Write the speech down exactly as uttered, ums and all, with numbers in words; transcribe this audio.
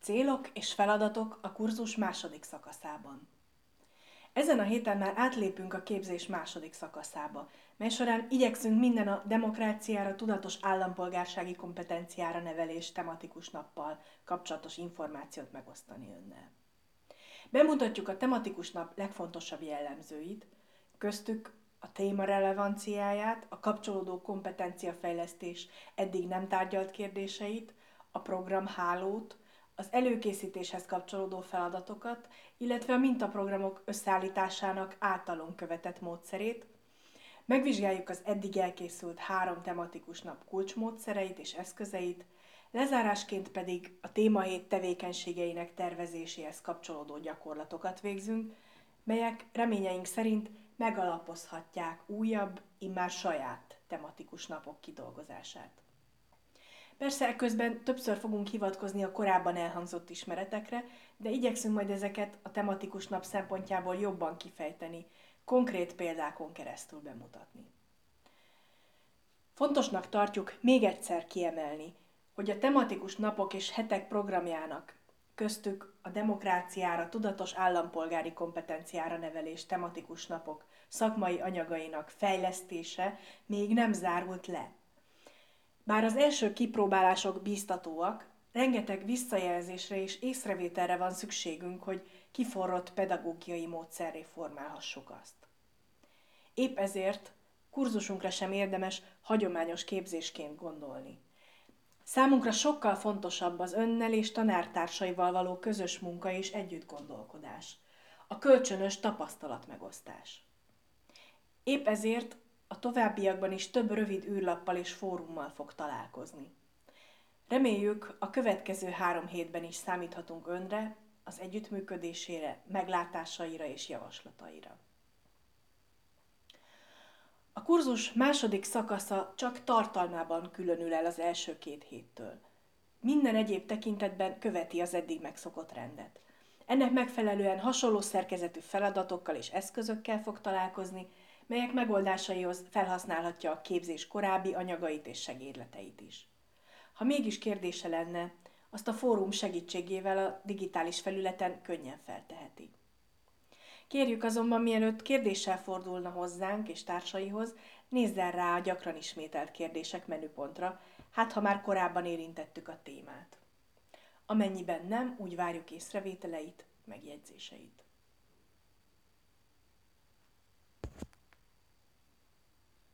Célok és feladatok a kurzus második szakaszában. Ezen a héten már átlépünk a képzés második szakaszába, mely során igyekszünk minden a demokráciára, tudatos állampolgársági kompetenciára nevelés tematikus nappal kapcsolatos információt megosztani önnel. Bemutatjuk a tematikus nap legfontosabb jellemzőit, köztük a téma relevanciáját, a kapcsolódó kompetenciafejlesztés eddig nem tárgyalt kérdéseit, a programhálót, az előkészítéshez kapcsolódó feladatokat, illetve a mintaprogramok összeállításának általunk követett módszerét. Megvizsgáljuk az eddig elkészült három tematikus nap kulcsmódszereit és eszközeit, lezárásként pedig a témahét tevékenységeinek tervezéséhez kapcsolódó gyakorlatokat végzünk, melyek reményeink szerint megalapozhatják újabb, immár saját tematikus napok kidolgozását. Persze ekközben többször fogunk hivatkozni a korábban elhangzott ismeretekre, de igyekszünk majd ezeket a tematikus nap szempontjából jobban kifejteni, konkrét példákon keresztül bemutatni. Fontosnak tartjuk még egyszer kiemelni, hogy a tematikus napok és hetek programjának, köztük a demokráciára, tudatos állampolgári kompetenciára nevelés tematikus napok szakmai anyagainak fejlesztése még nem zárult le. Bár az első kipróbálások bíztatóak, rengeteg visszajelzésre és észrevételre van szükségünk, hogy kiforrott pedagógiai módszerré formálhassuk azt. Épp ezért kurzusunkra sem érdemes hagyományos képzésként gondolni. Számunkra sokkal fontosabb az önnel és tanártársaival való közös munka és együttgondolkodás, a kölcsönös tapasztalatmegosztás. Épp ezért a továbbiakban is több rövid űrlappal és fórummal fog találkozni. Reméljük, a következő három hétben is számíthatunk önre, az együttműködésére, meglátásaira és javaslataira. A kurzus második szakasza csak tartalmában különül el az első két héttől. Minden egyéb tekintetben követi az eddig megszokott rendet. Ennek megfelelően hasonló szerkezetű feladatokkal és eszközökkel fog találkozni, melyek megoldásaihoz felhasználhatja a képzés korábbi anyagait és segédleteit is. Ha mégis kérdése lenne, azt a fórum segítségével a digitális felületen könnyen felteheti. Kérjük azonban, mielőtt kérdéssel fordulna hozzánk és társaihoz, nézzen rá a gyakran ismételt kérdések menüpontra, hát ha már korábban érintettük a témát. Amennyiben nem, úgy várjuk észrevételeit, megjegyzéseit.